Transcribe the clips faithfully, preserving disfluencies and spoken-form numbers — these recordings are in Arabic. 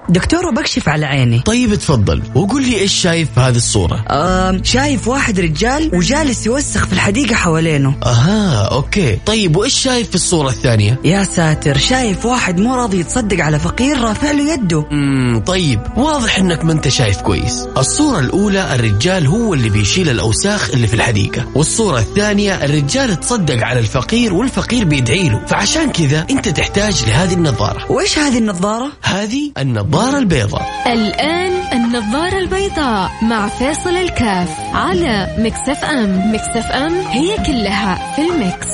دكتور وبكشف على عيني. طيب تفضل وقول لي إيش شايف في هذه الصورة؟ آه شايف واحد رجال وجالس يوسخ في الحديقة حوالينه. أها أوكي. طيب وإيش شايف في الصورة الثانية؟ يا ساتر، شايف واحد مو راضي يتصدق على فقير رافع له يده. امم طيب واضح إنك ما أنت شايف كويس. الصورة الأولى الرجال هو اللي بيشيل الأوساخ اللي في الحديقة، والصورة الثانية الرجال تصدق على الفقير والفقير بيدعي له، فعشان كذا أنت تحتاج لهذه النظارة. وإيش هذه النظارة؟ هذه النظارة البيضاء. الآن النظارة البيضاء مع فيصل الكاف على ميكس اف ام. ميكس اف ام هي كلها في الميكس.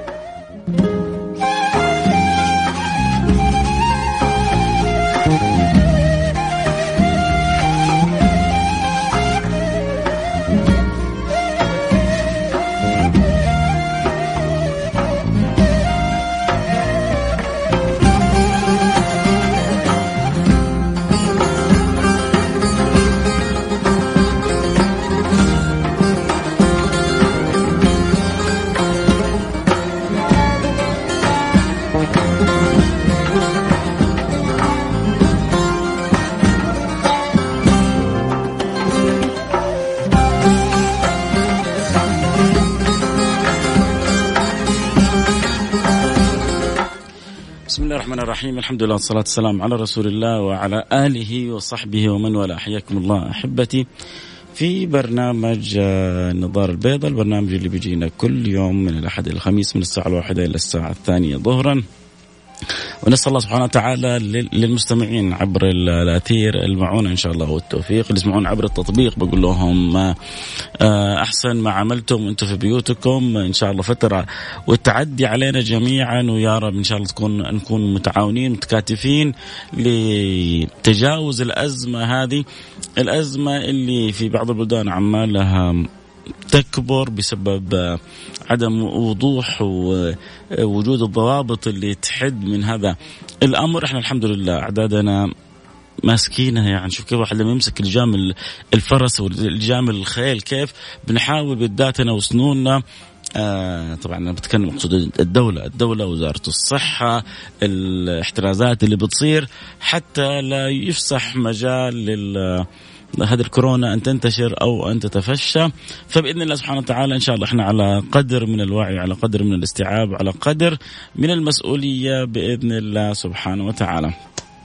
بسم الله الرحمن الرحيم. الحمد لله والصلاة والسلام على رسول الله وعلى آله وصحبه ومن والاه. حياكم الله أحبتي في برنامج النظارة البيضاء، البرنامج اللي بيجينا كل يوم من الأحد إلى الخميس من الساعة الواحدة إلى الساعة الثانية ظهرا. ونسأل الله سبحانه وتعالى للمستمعين عبر الأثير المعونة إن شاء الله والتوفيق. اللي يسمعون عبر التطبيق بقول لهم أحسن ما عملتم أنتم في بيوتكم إن شاء الله فترة والتعدي علينا جميعا، ويا رب إن شاء الله تكون نكون متعاونين متكاتفين لتجاوز الأزمة هذه، الأزمة اللي في بعض البلدان عمالها تكبر بسبب عدم وضوح ووجود الضوابط اللي تحد من هذا الأمر. احنا الحمد لله أعدادنا ماسكينها، يعني شوف كيف واحد لما يمسك الجام الفرس والجام الخيل كيف بنحاول بالذاتنا وسنوننا. آه طبعا أنا بتكلم مقصود الدولة الدولة وزارة الصحة، الاحترازات اللي بتصير حتى لا يفسح مجال لل هذه الكورونا أن تنتشر أو أن تتفشى. فبإذن الله سبحانه وتعالى إن شاء الله إحنا على قدر من الوعي، على قدر من الاستيعاب، على قدر من المسؤولية بإذن الله سبحانه وتعالى.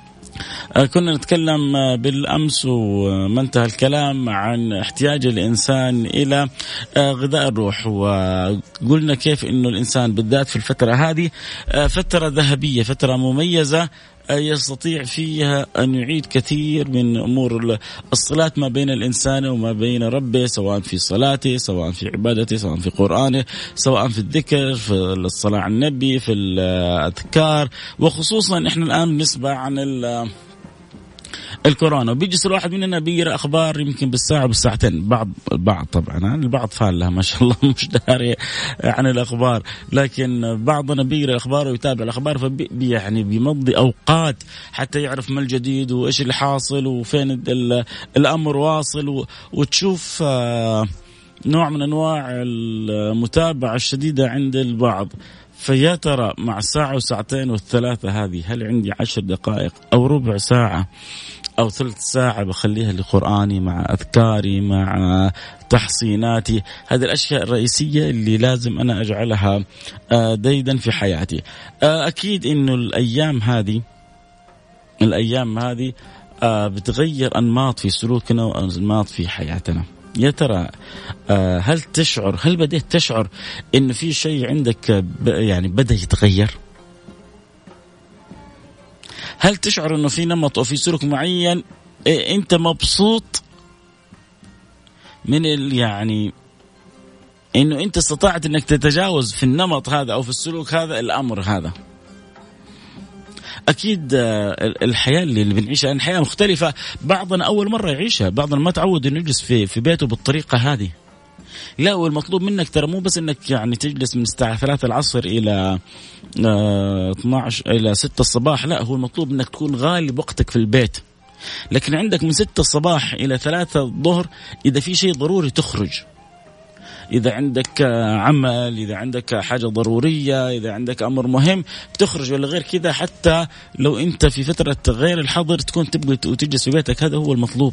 كنا نتكلم بالأمس وما انتهى الكلام عن احتياج الإنسان إلى غذاء الروح، وقلنا كيف إنه الإنسان بالذات في الفترة هذه فترة ذهبية، فترة مميزة يستطيع فيها أن يعيد كثير من أمور الصلاة ما بين الإنسان وما بين ربه، سواء في صلاته، سواء في عبادته، سواء في قرآنه، سواء في الذكر، في الصلاة على النبي، في الأذكار. وخصوصا إحنا الآن نسمع عن الكورونا وبيجلس الواحد مننا بيقرأ أخبار يمكن بالساعة وبالساعتين. بعض البعض طبعا البعض فالها ما شاء الله مش داري عن الأخبار، لكن بعضنا بيقرأ الأخبار ويتابع الأخبار فبي يعني بيمضي أوقات حتى يعرف ما الجديد وإيش اللي حاصل وفين الأمر واصل، وتشوف نوع من أنواع المتابعة الشديدة عند البعض. فيا ترى مع الساعة وساعتين والثلاثة هذه هل عندي عشر دقائق أو ربع ساعة أو ثلث ساعة بخليها لقرآني مع أذكاري مع تحصيناتي؟ هذه الأشياء الرئيسية اللي لازم أنا أجعلها ديدا في حياتي. أكيد إنه الأيام هذه الأيام هذه بتغير أنماط في سلوكنا وأنماط في حياتنا. يا ترى هل تشعر هل بديت تشعر إن في شيء عندك يعني بدأ يتغير؟ هل تشعر إنه في نمط أو في سلوك معين أنت مبسوط من يعني إنه أنت استطعت إنك تتجاوز في النمط هذا أو في السلوك هذا الأمر هذا؟ أكيد الحياة اللي بنعيشها الحياة مختلفة، بعضنا أول مرة يعيشها، بعضنا ما تعود إنه يجلس في في بيته بالطريقة هذه. لا، والمطلوب منك ترى مو بس إنك يعني تجلس من الساعة ثلاثة العصر إلى اثنا عشر إلى ستة الصباح، لا، هو المطلوب إنك تكون غالب وقتك في البيت. لكن عندك من ستة الصباح إلى ثلاثة الظهر إذا في شيء ضروري تخرج، إذا عندك عمل، إذا عندك حاجة ضرورية، إذا عندك أمر مهم بتخرج، ولا غير كذا. حتى لو أنت في فترة غير الحظر تكون تبغى وتجلس في بيتك، هذا هو المطلوب.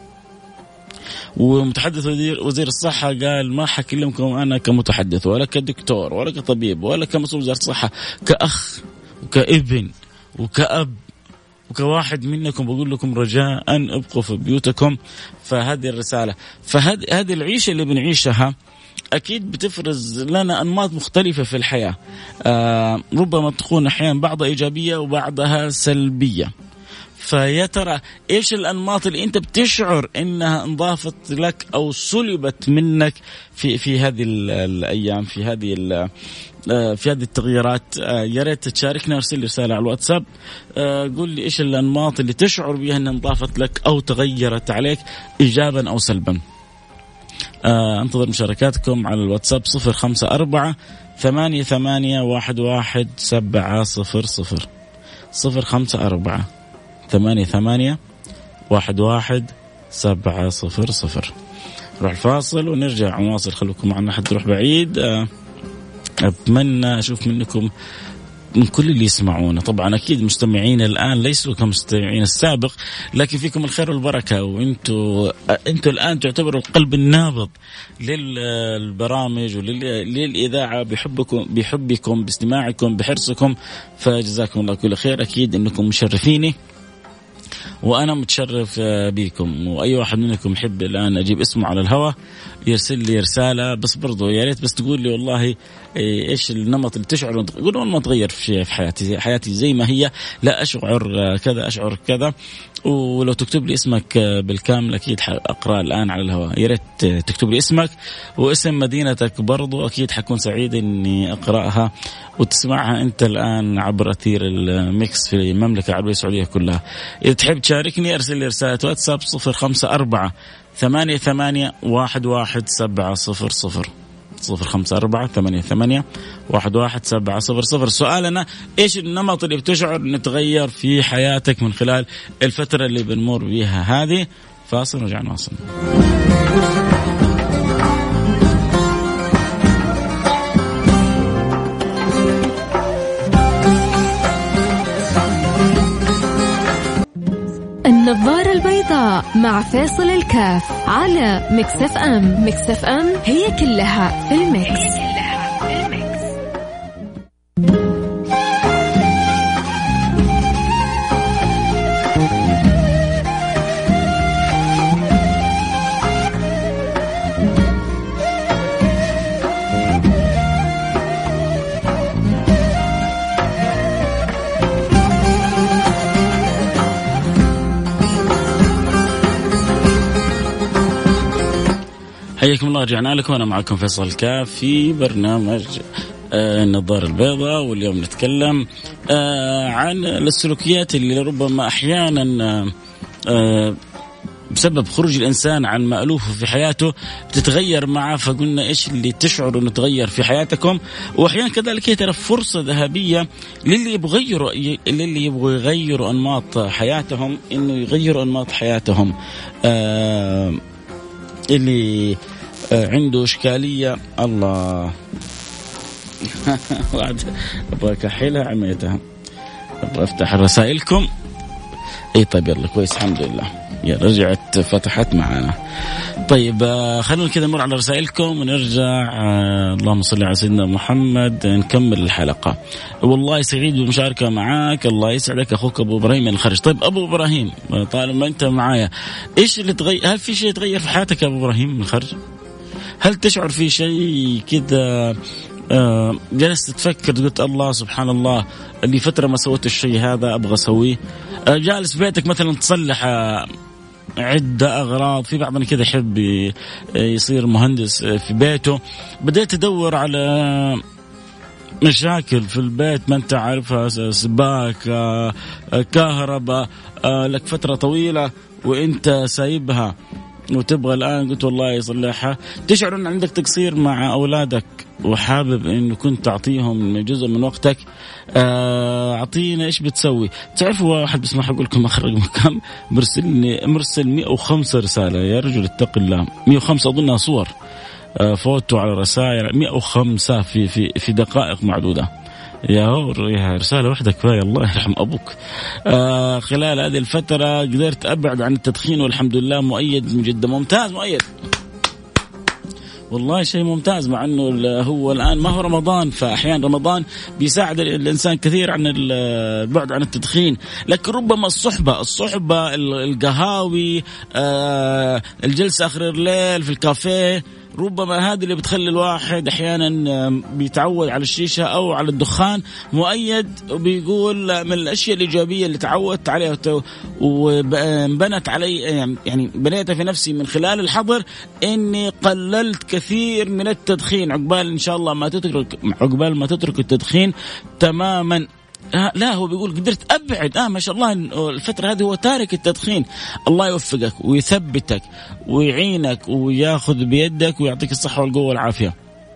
ومتحدث وزير, وزير الصحة قال ما حكلمكم أنا كمتحدث ولا كدكتور ولا كطبيب ولا كمسؤول وزارة الصحة، كأخ وكابن وكأب وكواحد منكم بقول لكم رجاء أن ابقوا في بيوتكم. فهذه الرسالة، فهذه هذه العيشة اللي بنعيشها أكيد بتفرز لنا أنماط مختلفة في الحياة. آه ربما تكون أحيانا بعضها إيجابية وبعضها سلبية. فيا ترى إيش الأنماط اللي أنت بتشعر إنها انضافت لك أو سلبت منك في في هذه الأيام، في هذه في هذه التغييرات؟ يا ريت تشاركنا، ارسل لي رسالة على الواتساب، قول لي إيش الأنماط اللي تشعر بها إنها انضافت لك أو تغيرت عليك إيجابا أو سلبا. انتظر مشاركاتكم على الواتساب صفر خمسة أربعة ثمانية ثمانية واحد واحد سبعة صفر صفر صفر خمسة أربعة ثمانية ثمانية واحد واحد سبعة صفر صفر. نروح الفاصل ونرجع نواصل. خلوكم معنا حتى نروح بعيد. أتمنى أشوف منكم من كل اللي يسمعونا. طبعا أكيد مستمعين الآن ليسوا كمستمعين السابق، لكن فيكم الخير والبركة، وإنتوا أنتوا الآن تعتبروا القلب النابض للبرامج وللإذاعة، بحبكم بحبكم باستماعكم بحرصكم، فجزاكم الله كل خير. أكيد أنكم مشرفيني وأنا متشرف بيكم. وأي واحد منكم يحب الآن أجيب اسمه على الهواء يرسل لي رسالة، بس برضو يا ريت بس تقول لي والله إيش النمط اللي تشعر. قولوا ما تغير في شيء في حياتي، حياتي زي ما هي، لا أشعر كذا أشعر كذا. ولو تكتب لي اسمك بالكامل أكيد أقرأ الآن على الهواء. يا ريت تكتب لي اسمك واسم مدينتك برضو، أكيد حكون سعيد إني أقرأها وتسمعها أنت الآن عبر أثير الميكس في المملكة العربية السعودية كلها. إذا تحب تشاركني أرسل لي رسالة واتساب صفر خمسة أربعة ثمانية ثمانية واحد واحد سبعة صفر صفر صفر خمسة أربعة ثمانية ثمانية واحد واحد سبعة صفر صفر. سؤالنا إيش النمط اللي بتشعر نتغير في حياتك من خلال الفترة اللي بنمر بيها هذه؟ فاصل ورجع نواصل. النظارة البيضاء مع فاصل الكاف على مكسف أم. مكسف أم هي كلها في المكس. حياكم الله، رجعنا لكم. أنا معكم فيصل الكاف في برنامج آه النظارة البيضاء، واليوم نتكلم آه عن السلوكيات اللي ربما أحيانا آه بسبب خروج الإنسان عن مألوفه في حياته بتتغير معه. فقلنا إيش اللي تشعروا إنه تغير في حياتكم، وأحيانا كذلك هي ترى فرصة ذهبية للي يبغوا يغيروا للي يبغوا يغيروا أنماط حياتهم، إنه يغيروا أنماط حياتهم. آه اللي عنده إشكالية الله أبغى أكحلها عميتها، أبغى أفتح رسائلكم. أي طيب يلا كويس الحمد لله، يا رجعت فتحت معنا. طيب خلونا كذا نمر على رسائلكم ونرجع. اللهم صل على سيدنا محمد، نكمل الحلقة. والله سعيد بالمشاركة معاك، الله يسعدك أخوك أبو إبراهيم من الخارج. طيب أبو إبراهيم طالما أنت معايا، إيش اللي تغير؟ هل في شيء تغير في حياتك يا أبو إبراهيم من الخارج؟ هل تشعر في شيء كذا آه جلست تفكر قلت الله سبحان الله اللي فترة ما سويت الشيء هذا أبغى أسويه؟ آه جالس بيتك مثلا تصلح آه عدة أغراض، في بعضنا كذا يحب يصير مهندس في بيته، بدأت تدور على مشاكل في البيت ما أنت عارفها، سباك آه كهرباء آه لك فترة طويلة وإنت سايبها وتبغى الآن قلت والله يصلحها. تشعر أن عندك تقصير مع أولادك وحابب أنه كنت تعطيهم جزء من وقتك، أعطينا إيش بتسوي؟ تعرفوا واحد بسمح أقول لكم أخرج مكان مرسلني مرسل مئة وخمسة رسالة، يا رجل اتق الله، مئة وخمسة أظنها صور فوتوا على رسائل مئة وخمسة في في في دقائق معدودة. يا هور يا رسالة واحدة كفاية، الله يرحم أبوك. آه خلال هذه الفترة قدرت أبعد عن التدخين والحمد لله. مؤيد من جدة. ممتاز مؤيد، والله شيء ممتاز. مع أنه هو الآن ما هو رمضان، فأحيانا رمضان بيساعد الإنسان كثير عن البعد عن التدخين، لكن ربما الصحبة الصحبة القهاوي، آه الجلسة آخر الليل في الكافيه، ربما هذه اللي بتخلي الواحد أحيانا بيتعود على الشيشة أو على الدخان. مؤيد بيقول من الأشياء الإيجابية اللي تعودت عليها وبنت علي، يعني بنيتها في نفسي من خلال الحظر، إني قللت كثير من التدخين عقبال إن شاء الله ما تترك عقبال ما تترك التدخين تماما. لا هو بيقول قدرت أبعد. آه ما شاء الله الفترة هذه هو تارك التدخين. الله يوفقك ويثبتك ويعينك وياخذ بيدك ويعطيك الصحة والقوة والعافية.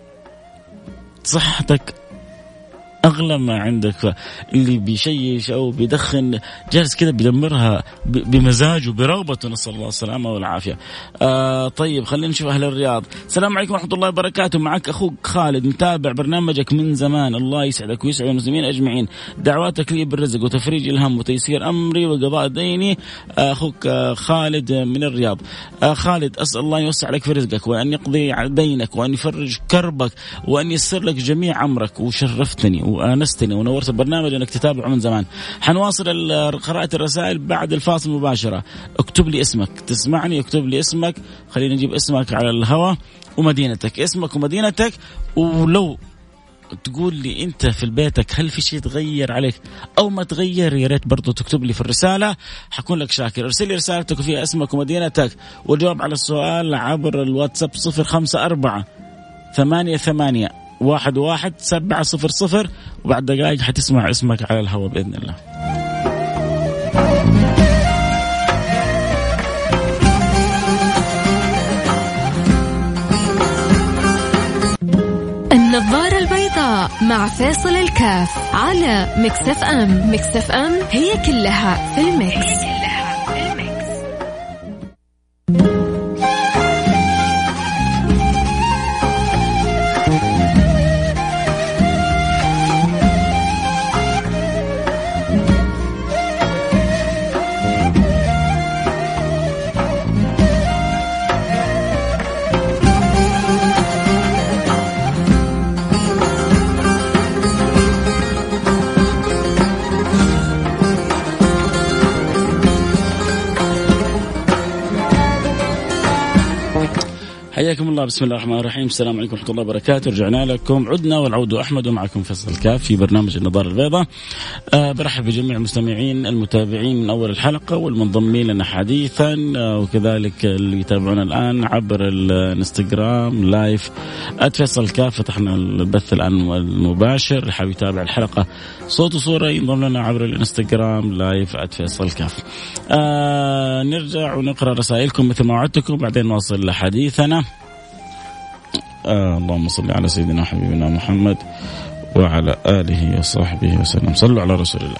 صحتك أغلى ما عندك. اللي بيشيش أو بيدخن جالس كده بيدمرها بمزاج وبرغبته، نسأل الله السلامة والعافية. آه طيب خلينا نشوف أهل الرياض. السلام عليكم ورحمة الله وبركاته. معك أخوك خالد، متابع برنامجك من زمان. الله يسعدك ويسعد المسلمين أجمعين. دعواتك لي بالرزق وتفريج الهم وتيسير أمري وقضاء ديني. أخوك خالد من الرياض. آه خالد أسأل الله يوسع لك في رزقك وأن يقضي على دينك وأن يفرج كربك وأن يسر لك جميع أمرك. وشرفتني وأنستني ونورت البرنامج أنك تتابعه من زمان. حنواصل قراءة الرسائل بعد الفاصل مباشرة. اكتب لي اسمك، تسمعني اكتب لي اسمك، خلينا نجيب اسمك على الهواء ومدينتك، اسمك ومدينتك. ولو تقول لي أنت في بيتك هل في شيء تغير عليك أو ما تغير، يا ريت برضو تكتب لي في الرسالة، حكون لك شاكر. ارسل لي رسالتك وفيها اسمك ومدينتك وجاوب على السؤال عبر الواتساب صفر خمسة أربعة ثمانية ثمانية واحد واحد سبعة صفر صفر، وبعد دقائق حتسمع اسمك على الهواء بإذن الله. النظارة البيضاء مع فاصل الكاف على ميكس اف ام. ميكس اف ام هي كلها في الميكس. حياكم الله. بسم الله الرحمن الرحيم. السلام عليكم ورحمة الله وبركاته. رجعنا لكم، عدنا والعود أحمد، ومعكم فيصل الكاف في برنامج النظارة البيضاء. أه برحب بجميع المستمعين المتابعين من أول الحلقة والمنضمين لنا حديثا، أه وكذلك اللي يتابعونا الآن عبر الانستغرام لايف @فيصل الكاف. فتحنا البث الآن المباشر، اللي حاب يتابع الحلقة صوت وصورة ينضم لنا عبر الانستغرام لايف @فيصل الكاف. أه نرجع ونقرأ رسائلكم مثل ما وعدتكم، بعدين نواصل حديثنا. آه اللهم صل على سيدنا حبيبنا محمد وعلى آله وصحبه وسلم. صلوا على رسول الله.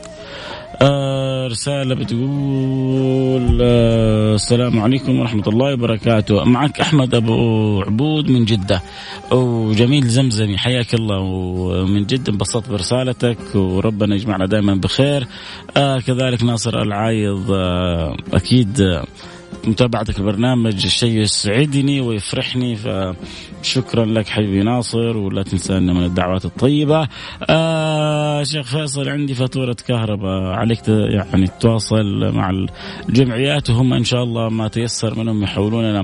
آه رسالة بتقول آه السلام عليكم ورحمة الله وبركاته. معك أحمد أبو عبود من جدة، وجميل زمزمي، حياك الله، ومن جد انبسطت برسالتك وربنا يجمعنا دائما بخير. آه كذلك ناصر العايض، آه أكيد آه متابعتك البرنامج الشيء يسعدني ويفرحني، فشكرا لك حبيبي ناصر، ولا تنسانا من الدعوات الطيبة. آه شيخ فيصل، عندي فاتورة كهرباء، عليك يعني تتواصل مع الجمعيات وهم إن شاء الله ما تيسر منهم يحولوننا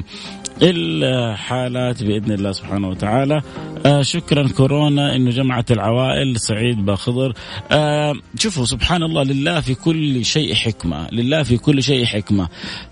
الحالات بإذن الله سبحانه وتعالى. آه شكرا كورونا إنه جمعت العوائل. سعيد باخضر، آه شوفوا سبحان الله، لله في كل شيء حكمة، لله في كل شيء حكمة.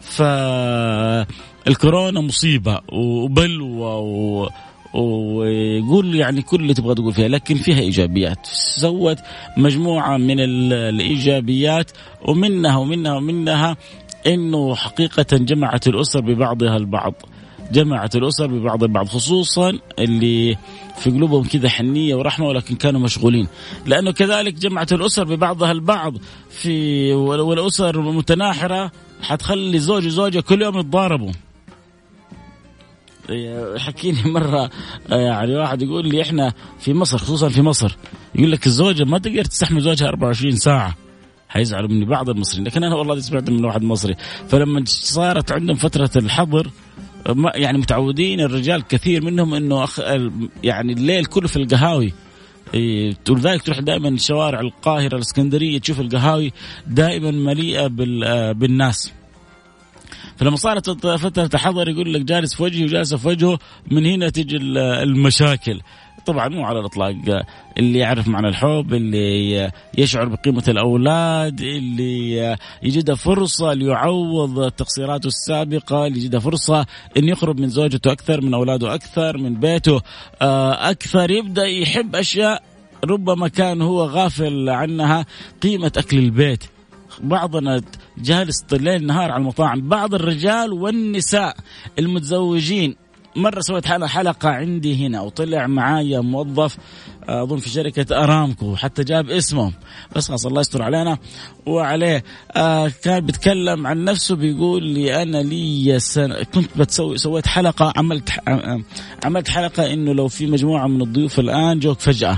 فالكورونا مصيبة وبلوى ويقول يعني كل اللي تبغى تقول فيها، لكن فيها إيجابيات. سوت مجموعة من الإيجابيات، ومنها ومنها ومنها إنه حقيقة جمعت الأسر ببعضها البعض، جمعت الأسر ببعض البعض، خصوصا اللي في قلوبهم كذا حنية ورحمة ولكن كانوا مشغولين. لأنه كذلك جمعت الأسر ببعضها البعض في والأسر متناحرة، حتخلي زوج وزوجة كل يوم يتضاربوا، حكيني مرة يعني واحد يقول لي إحنا في مصر، خصوصا في مصر، يقول لك الزوجة ما تقدر تستحمل زوجها أربعة وعشرين ساعة. حيزعلوا مني بعض المصريين، لكن أنا والله سمعت من واحد مصري، فلما صارت عندهم فترة الحظر يعني متعودين الرجال كثير منهم إنه أخ يعني الليل كله في القهاوي، ولذلك تروح دائما شوارع القاهرة الإسكندرية تشوف القهاوي دائما مليئة بالناس. فلما صارت فترة الحظر يقول لك جالس في وجهي وجالس في وجهه، من هنا تجي المشاكل. طبعا مو على الإطلاق، اللي يعرف معنى الحب، اللي يشعر بقيمة الأولاد، اللي يجدها فرصة ليعوض تقصيراته السابقة، اللي يجدها فرصة أن يقرب من زوجته أكثر، من أولاده أكثر، من بيته أكثر، يبدأ يحب أشياء ربما كان هو غافل عنها، قيمة أكل البيت. بعضنا جالس الليل نهار على المطاعم، بعض الرجال والنساء المتزوجين. مرة سويت أنا حلقة عندي هنا وطلع معايا موظف أظن في شركة أرامكو، حتى جاب اسمه، بس خلاص الله يستر علينا وعليه. آه كان بيتكلم عن نفسه، بيقول لي أنا لي سنة كنت بتسوي سويت حلقة، عملت عملت حلقة إنه لو في مجموعة من الضيوف الآن جوك فجأة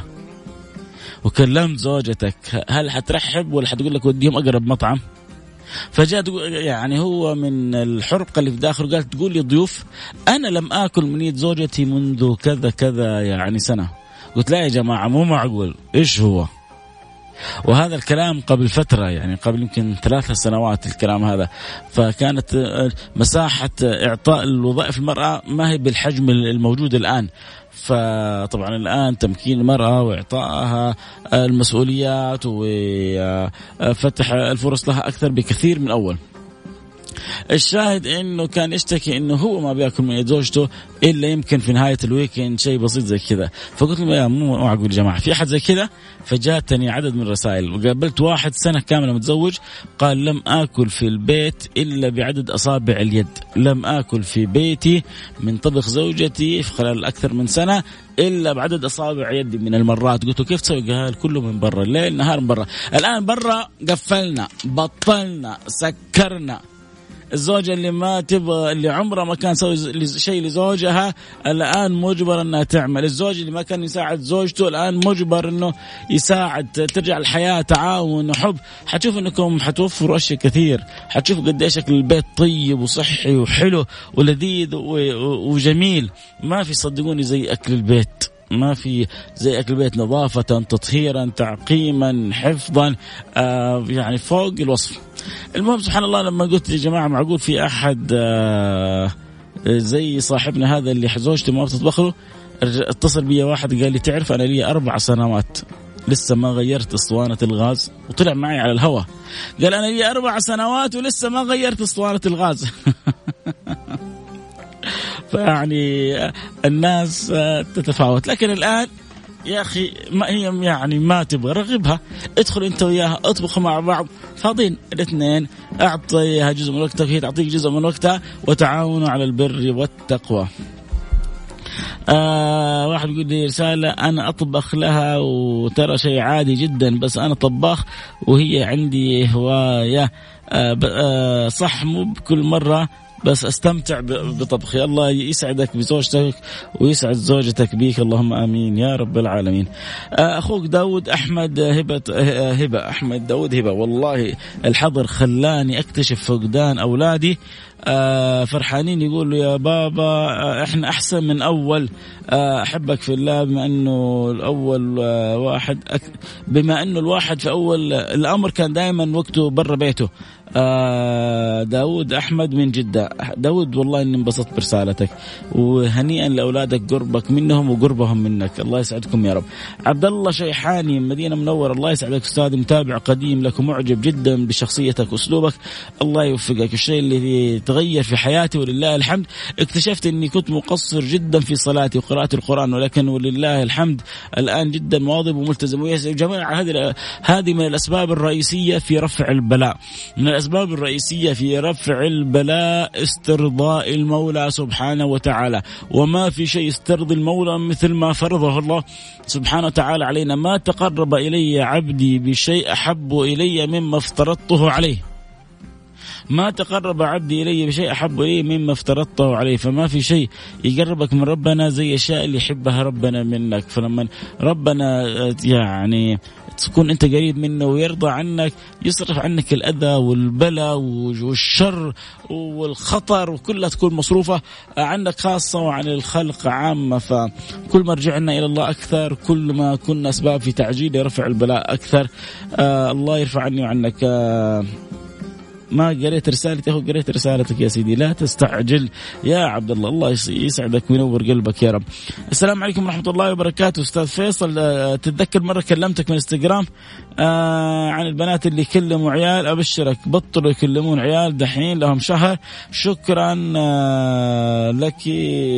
وكلمت زوجتك، هل حترحب ولا حتقول لك وديهم أقرب مطعم؟ فجاء يعني هو من الحرقة اللي في داخله قال تقول لي ضيوف، أنا لم آكل من يد زوجتي منذ كذا كذا يعني سنة. قلت لا يا جماعة مو معقول، إيش هو؟ وهذا الكلام قبل فترة، يعني قبل يمكن ثلاثة سنوات الكلام هذا. فكانت مساحة إعطاء الوظائف المرأة ما هي بالحجم الموجود الآن. فطبعا الآن تمكين المرأة وإعطائها المسؤوليات وفتح الفرص لها أكثر بكثير من أول. الشاهد انه كان يشتكي انه هو ما بياكل من زوجته الا يمكن في نهايه الويكند شيء بسيط زي كذا. فقلت له يا مو معقول يا جماعه في احد زي كذا. فجاتني عدد من الرسائل، وقابلت واحد سنه كامله متزوج قال لم اكل في البيت الا بعدد اصابع اليد، لم اكل في بيتي من طبخ زوجتي في خلال اكثر من سنه الا بعدد اصابع يدي من المرات. قلت له كيف تسوي؟ قال كله من برا، الليل نهار من برا. الان برا قفلنا، بطلنا، سكرنا. الزوجة اللي ما تبغى، اللي عمرها ما كان سوي شيء لزوجها الآن مجبر أنها تعمل. الزوج اللي ما كان يساعد زوجته الآن مجبر أنه يساعد. ترجع الحياة تعاون وحب. حتشوف أنكم حتوفروا أشياء كثير، حتشوف قديش شكل البيت طيب وصحي وحلو ولذيذ وجميل. ما في صدقوني زي أكل البيت، ما في زي أكل البيت نظافة، تطهيرا، تعقيما، حفظا، آه يعني فوق الوصف. المهم سبحان الله لما قلت يا جماعة معقول في أحد آه زي صاحبنا هذا اللي زوجته ما بتطبخ له؟ اتصل بي واحد قال لي تعرف أنا لي أربع سنوات لسه ما غيرت اسطوانة الغاز، وطلع معي على الهواء قال أنا لي أربع سنوات ولسه ما غيرت اسطوانة الغاز. فيعني الناس تتفاوت. لكن الآن يا أخي ما هي يعني ما تبغى رغبها، ادخل أنت وياها اطبخوا مع بعض، فاضين الاثنين، أعطيها جزء من وقتك هي تعطيك جزء من وقتها، وتعاونوا على البر والتقوى. آه واحد يقول لي رسالة أنا أطبخ لها وترى شيء عادي جدا، بس أنا طباخ وهي عندي هواية. آه آه صح مو بكل مرة بس استمتع بطبخي. الله يسعدك بزوجتك ويسعد زوجتك بيك، اللهم آمين يا رب العالمين. أخوك داود أحمد هبة هبة أحمد داود هبة، والله الحظر خلاني أكتشف فقدان أولادي. فرحانين يقول يا بابا إحنا أحسن من أول، أحبك في الله. بما أنه الأول واحد أك... بما أنه الواحد في أول الأمر كان دائما وقته برا بيته. داود أحمد من جدة. داود والله إني انبسطت برسالتك، وهنيئا لأولادك قربك منهم وقربهم منك، الله يسعدكم يا رب. عبد الله شيحاني مدينة منورة، الله يسعدك أستاذ، متابع قديم لك ومعجب جدا بشخصيتك وأسلوبك، الله يوفقك. الشيء اللي تغير في حياتي ولله الحمد، اكتشفت إني كنت مقصر جدا في صلاتي وقراءة القرآن، ولكن ولله الحمد الآن جدا مواظب وملتزم. ويا جماعة هذه هذه من الأسباب الرئيسية في رفع البلاء، من الأسباب الرئيسية في رفع البلاء استرضاء المولى سبحانه وتعالى. وما في شيء استرضي المولى مثل ما فرضه الله سبحانه وتعالى علينا. ما تقرب إلي عبدي بشيء أحب إلي مما افترضته عليه. ما تقرب عبدي إلي بشيء أحب إلي مما افترضته عليه. فما في شيء يقربك من ربنا زي الأشياء اللي يحبها ربنا منك. فلما ربنا يعني تكون أنت قريب منه ويرضى عنك يصرف عنك الأذى والبلاء والشر والخطر وكلها تكون مصروفة عنك خاصة وعن الخلق عامة. فكل ما رجعنا إلى الله أكثر كل ما كنا أسباب في تعجيل رفع البلاء أكثر. آه الله يرفع عني وعنك. آه ما قريت رسالتي أو قريت رسالتك يا سيدي لا تستعجل يا عبد الله. الله يسعدك وينور قلبك يا رب. السلام عليكم ورحمة الله وبركاته. أستاذ فيصل تتذكر مرة كلمتك من انستغرام آه عن البنات اللي يكلموا عيال. أبشرك بطلوا يكلمون عيال دحين لهم شهر. شكرا آه لك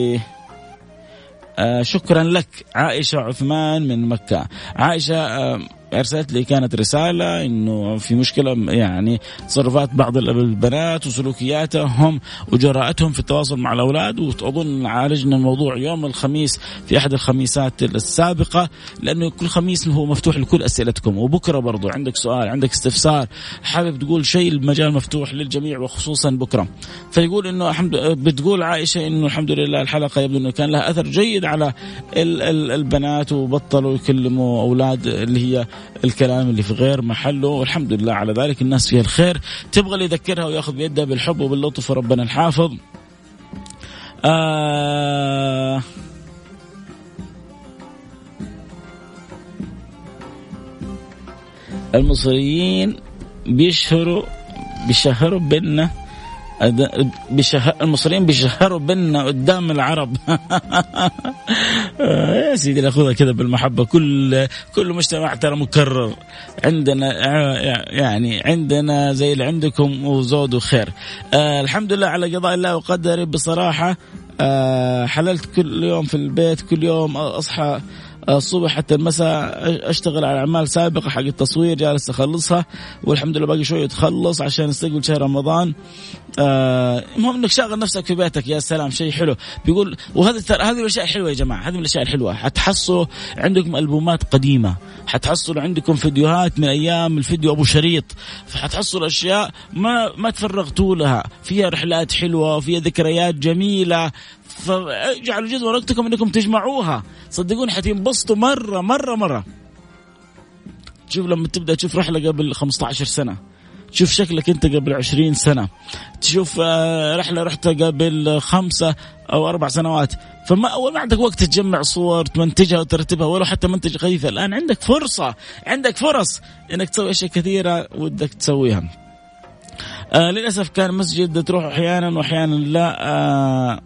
آه شكرا لك عائشة عثمان من مكة. عائشة آه أرسلت لي كانت رسالة إنه في مشكلة يعني تصرفات بعض البنات وسلوكياتهم وجرأتهم في التواصل مع الأولاد. وأظن عالجنا الموضوع يوم الخميس في أحد الخميسات السابقة لأنه كل خميس هو مفتوح لكل أسئلتكم. وبكرة برضو عندك سؤال عندك استفسار حابب تقول شيء المجال مفتوح للجميع وخصوصا بكرة. فيقول إنه الحمد بتقول عائشة إنه الحمد لله الحلقة يبدو إنه كان لها أثر جيد على ال ال البنات وبطلوا يكلموا أولاد اللي هي الكلام اللي في غير محله. والحمد لله على ذلك. الناس فيها الخير تبغى اللي يذكرها وياخذ بيدها بالحب وباللطف وربنا الحافظ. آه المصريين بيشهروا بيشهروا بيننا بشه... المصريين بيشهروا بيننا قدام العرب. يا سيدي ناخذها كذا بالمحبة. كل كل مجتمع ترى مكرر. عندنا يعني عندنا زي اللي عندكم وزود وخير. آه الحمد لله على قضاء الله وقدره. بصراحة آه حللت كل يوم في البيت. كل يوم أصحى الصبح حتى المساء أشتغل على أعمال سابقة حق التصوير جالس أخلصها والحمد لله باقي شوية تخلص عشان نستقبل شهر رمضان. آه المهم إنك شاغل نفسك في بيتك. يا سلام شيء حلو. بيقول وهذا هذه الأشياء الحلوة يا جماعة. هذه من الأشياء الحلوة. حتحصلوا عندكم ألبومات قديمة. حتحصلوا عندكم فيديوهات من أيام الفيديو أبو شريط. فحتحصلوا أشياء ما ما تفرغتوا لها. فيها رحلات حلوة وفيها ذكريات جميلة. فاجعلوا جزء وقتكم انكم تجمعوها. صدقوني حتنبسطوا مرة مرة مرة. تشوف لما تبدأ تشوف رحلة قبل خمسة عشر سنة تشوف شكلك انت قبل عشرين سنة. تشوف رحلة رحتها قبل خمسة او اربع سنوات. فما اول ما عندك وقت تجمع صور تمنتجها وترتبها ولو حتى منتج خفيفة. الان عندك فرصة عندك فرص انك تسوي اشياء كثيرة ودك تسويها. آه للأسف كان مسجد تروح احيانا واحيانا لا. آه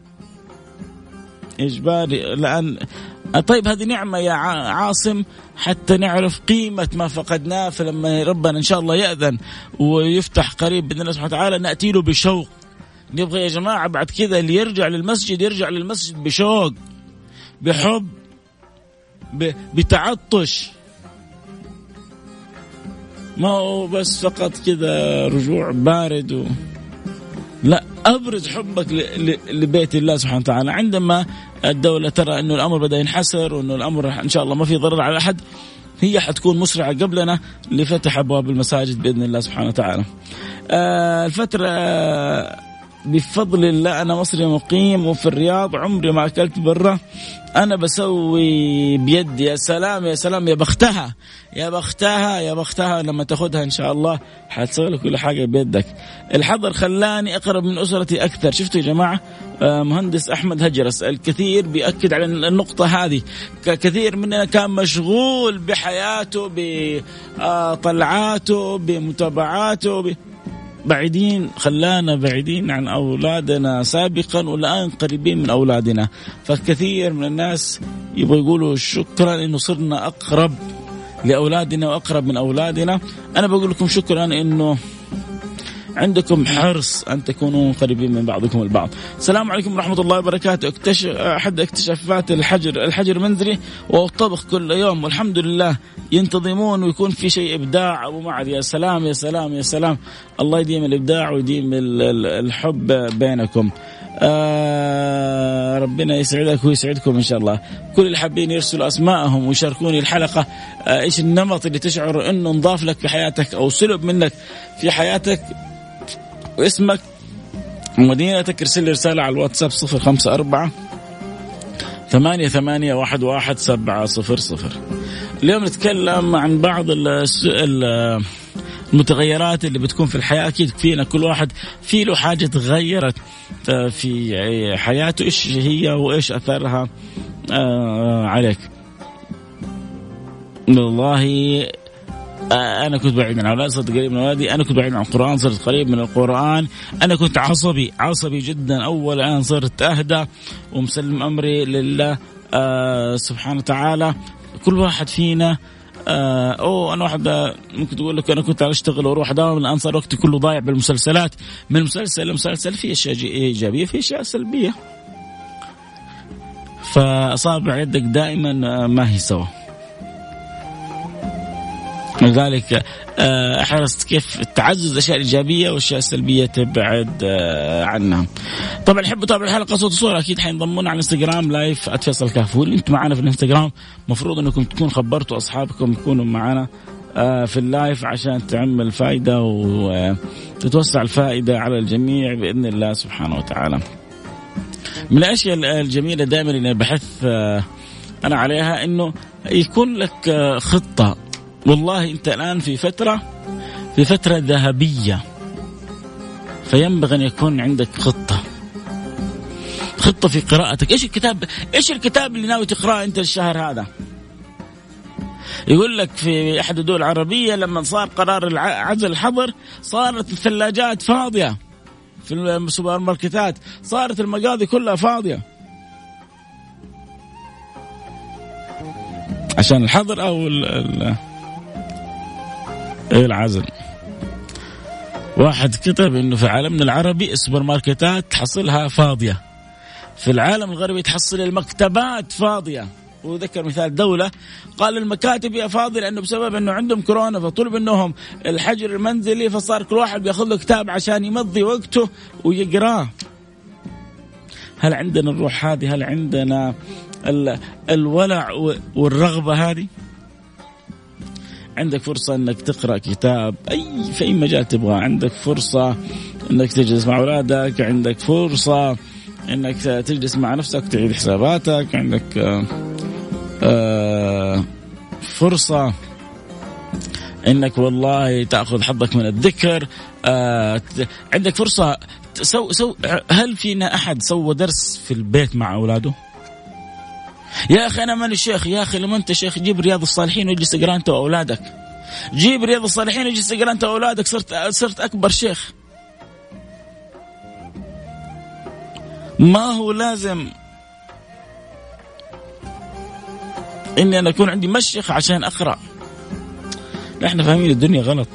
إجباري لأن طيب هذه نعمة يا عاصم حتى نعرف قيمة ما فقدناه. فلما ربنا إن شاء الله يأذن ويفتح قريب بإذن الله سبحانه وتعالى نأتي له بشوق. نبغى يا جماعة بعد كذا اللي يرجع للمسجد يرجع للمسجد بشوق بحب بتعطش. ما هو بس فقط كذا رجوع بارد و... لا أبرز حبك لبيت الله سبحانه وتعالى. عندما الدولة ترى أنه الأمر بدأ ينحسر وأنه الأمر إن شاء الله ما في ضرر على أحد هي حتكون مسرعة قبلنا لفتح أبواب المساجد بإذن الله سبحانه وتعالى. آه الفترة آه بفضل الله أنا مصري مقيم وفي الرياض عمري ما أكلت برا. أنا بسوي بيدي. يا سلام يا سلام يا بختها يا بختها يا بختها. لما تاخدها إن شاء الله حتسوي لك كل حاجة بيدك. الحظر خلاني أقرب من أسرتي أكثر. شفتوا يا جماعة آه مهندس أحمد هجرس الكثير بيأكد على النقطة هذه. كثير مننا كان مشغول بحياته بطلعاته بمتابعاته ب... بعيدين خلانا بعيدين عن أولادنا سابقا والآن قريبين من أولادنا. فكثير من الناس يبغوا يقولوا شكرا إنه صرنا أقرب لأولادنا وأقرب من أولادنا. أنا بقول لكم شكرا إنه عندكم حرص أن تكونوا قريبين من بعضكم البعض. السلام عليكم ورحمة الله وبركاته. اكتشف أحد اكتشافات الحجر الحجر منزلي والطبخ كل يوم والحمد لله ينتظمون ويكون في شيء إبداع. أبو معد يا سلام يا سلام يا سلام. الله يديم الإبداع ويديم الحب بينكم. آه ربنا يسعدك ويسعدكم إن شاء الله. كل اللي حابين يرسلوا أسماءهم ويشاركوني الحلقة. آه إيش النمط اللي تشعر إنه نضاف لك في حياتك أو سلب منك في حياتك واسمك ومدينتك، ارسل لي رسالة على الواتساب صفر خمسة أربعة ثمانية ثمانية واحد واحد سبعة صفر صفر. اليوم نتكلم عن بعض المتغيرات اللي بتكون في الحياة. أكيد فينا كل واحد في له حاجة تغيرت في حياته، إيش هي وإيش أثرها عليك. والله أنا كنت بعيد من أولادي، صرت قريب من أولادي. أنا كنت بعيد عن القرآن، صرت قريب من القرآن. أنا كنت عصبي عصبي جدا أول، الآن صرت أهدى ومسلم أمري لله آه سبحانه وتعالى. كل واحد فينا آه أو أنا واحد ممكن تقول لك أنا كنت أشتغل وأروح داوم، الآن صار وقتي كله ضايع بالمسلسلات، من مسلسل لمسلسل في أشياء إيجابية في أشياء سلبية، فأصابع يدك دائما ما هي سوا. لذلك احرص كيف تعزز الاشياء الايجابيه والاشياء السلبيه تبعد عنها. طبعا حبوا تابعوا الحلقه صوت وصوره، اكيد حينضمونا على الانستغرام لايف @فيصل كاف. واللي انتم معنا في الانستغرام مفروض انكم تكونوا خبرتوا اصحابكم يكونوا معنا في اللايف عشان تعمل فائده وتتوسع الفائده على الجميع باذن الله سبحانه وتعالى. من الاشياء الجميله دائما اللي بحث انا عليها انه يكون لك خطه. والله أنت الآن في فترة في فترة ذهبية، فينبغي أن يكون عندك خطة خطة في قراءتك. إيش الكتاب إيش الكتاب اللي ناوي تقرأه أنت الشهر هذا؟ يقول لك في أحد الدول العربية لما صار قرار عزل الحظر صارت الثلاجات فاضية في السوبر ماركتات، صارت المقاضي كلها فاضية عشان الحظر أو ال العزل. واحد كتب إنه في عالمنا العربي السوبر ماركتات تحصلها فاضية، في العالم الغربي تحصل المكتبات فاضية. وذكر مثال دولة قال المكاتب هي فاضية لأنه بسبب أنه عندهم كورونا فطلب منهم الحجر المنزلي، فصار كل واحد بياخذ له كتاب عشان يمضي وقته ويقراه. هل عندنا الروح هذه؟ هل عندنا الولع والرغبة هذه؟ عندك فرصة أنك تقرأ كتاب أي في أي مجال تبغى، عندك فرصة أنك تجلس مع أولادك، عندك فرصة أنك تجلس مع نفسك تعيد حساباتك، عندك آآ آآ فرصة أنك والله تأخذ حظك من الذكر، عندك فرصة سو سو. هل فينا أحد سوى درس في البيت مع أولاده؟ يا أخي أنا ماني شيخ. يا أخي لما أنت شيخ جيب رياض الصالحين واجلس اقرأ أنت وأولادك، جيب رياض الصالحين واجلس اقرأ أنت وأولادك، صرت صرت أكبر شيخ. ما هو لازم إني أنا أكون عندي مشيخ عشان أقرأ. نحن فاهمين الدنيا غلط.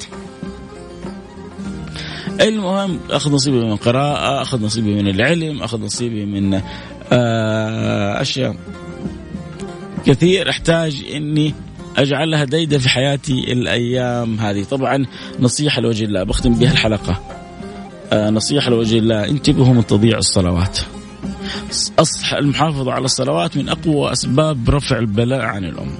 المهم أخذ نصيبي من القراءة، أخذ نصيبي من العلم، أخذ نصيبي من أشياء كثير أحتاج إني أجعلها دايدة في حياتي الأيام هذه. طبعا نصيحة لوجه الله بختم بها الحلقة، نصيحة لوجه الله انتبهوا من تضييع الصلوات. أصح المحافظة على الصلوات من أقوى أسباب رفع البلاء عن الأمة.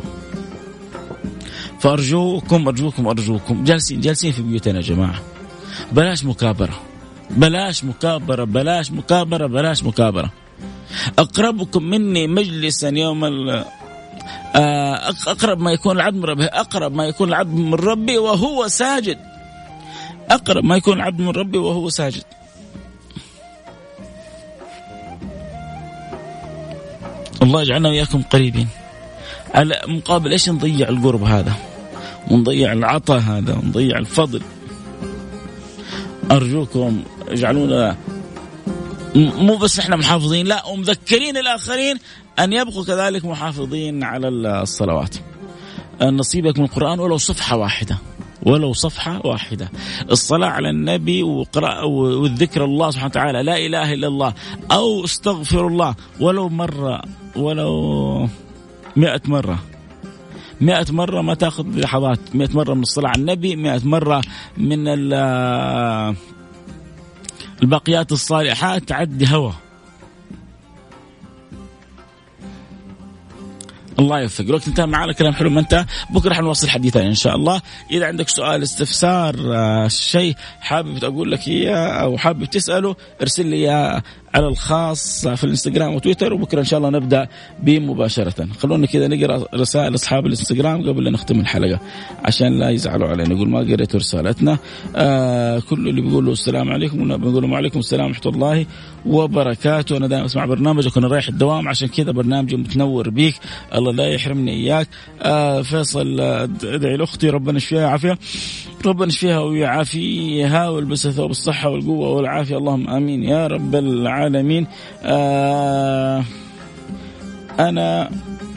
فأرجوكم أرجوكم أرجوكم جالسين جالسين في بيوتنا يا جماعة، بلاش مكابرة بلاش مكابرة بلاش مكابرة بلاش مكابرة. أقربكم مني مجلسا يوم أقرب ما يكون العبد من ربه، أقرب ما يكون العبد من ربي وهو ساجد، أقرب ما يكون العبد من ربي وهو ساجد. الله يجعلنا وإياكم قريبين. على مقابل إيش نضيع القرب هذا ونضيع العطاء هذا ونضيع الفضل. أرجوكم اجعلونا مو بس احنا محافظين، لا ومذكرين الآخرين أن يبقوا كذلك محافظين على الصلوات. نصيبك من القرآن ولو صفحة واحدة، ولو صفحة واحدة. الصلاة على النبي وقراءة والذكر الله سبحانه وتعالى، لا إله إلا الله أو استغفر الله ولو مرة، ولو مئة مرة مئة مرة ما تأخذ لحظات. مئة مرة من الصلاة على النبي، مئة مرة من الباقيات الصالحات تعدي هوا. الله يوفق. الوقت انتهى معنا، كلام حلو ما انتهى. بكره حنواصل حديثنا ان شاء الله. اذا عندك سؤال، استفسار، شيء حابب اقول لك اياه او حابب تساله، ارسل لي اياه على الخاص في الانستغرام وتويتر، وبكره ان شاء الله نبدا بمباشره. خلونا كذا نقرا رسائل اصحاب الانستغرام قبل لا نختم الحلقه عشان لا يزعلوا علينا. يقول ما قريت رسالتنا. آه كل اللي بيقولوا السلام عليكم بنقول وعليكم السلام ورحمه الله وبركاته. انا دائما اسمع برنامجك وانا رايح الدوام، عشان كذا برنامجي متنور بيك، الله لا يحرمني اياك. آه فيصل ادعي لاختي ربنا يشفيها عافيه، ربنا يشفيها ويعافيها ويلبسها ثوب الصحه والقوه والعافيه، اللهم امين يا رب العالمين. آه انا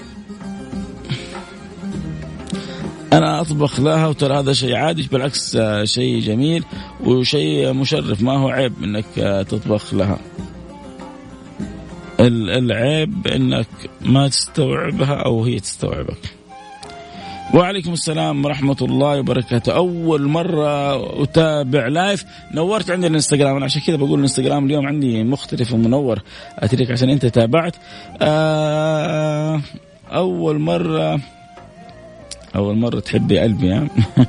أنا أطبخ لها، وترى هذا شيء عادي، بالعكس شيء جميل وشيء مشرف، ما هو عيب إنك تطبخ لها. العيب إنك ما تستوعبها أو هي تستوعبك. وعليكم السلام ورحمة الله وبركاته. أول مرة أتابع لايف، نورت عندي الانستغرام، أنا عشان كذا بقول الانستغرام اليوم عندي مختلف ومنور، أتريك عشان أنت تابعت. آه أول مرة أول مرة تحبي قلبي ها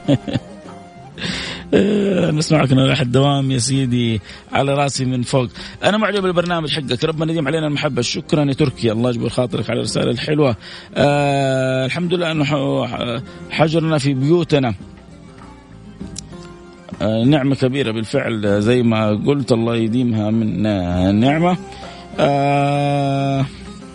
نسمعك أنا راح الدوام يا سيدي، على راسي من فوق. أنا معجب بالبرنامج حقك، ربنا يديم علينا المحبة. شكرا يا تركي، الله يجبر خاطرك على الرسالة الحلوة. آه الحمد لله أنه حجرنا في بيوتنا آه نعمة كبيرة بالفعل، زي ما قلت الله يديمها من آه نعمة. آه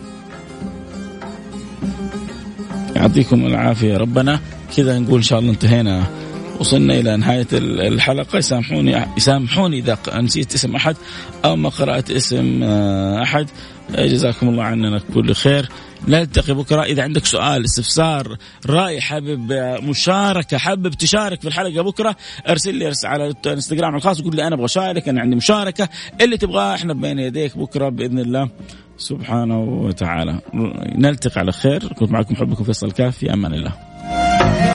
يعطيكم العافية ربنا. كذا نقول إن شاء الله انتهينا، وصلنا إلى نهاية الحلقة. يسامحوني يسامحوني إذا نسيت اسم أحد أو ما قرأت اسم أحد، جزاكم الله عننا كل خير. نلتقي بكرة. إذا عندك سؤال، استفسار، رأي، حابب مشاركة، حابب تشارك في الحلقة بكرة، أرسل لي على الانستغرام الخاص وقول لي أنا أبغى أشارك، أنا عندي مشاركة، اللي تبغاه إحنا بين يديك بكرة بإذن الله سبحانه وتعالى. نلتقي على خير. كنت معكم حبكم فيصل الكاف، في أمان الله.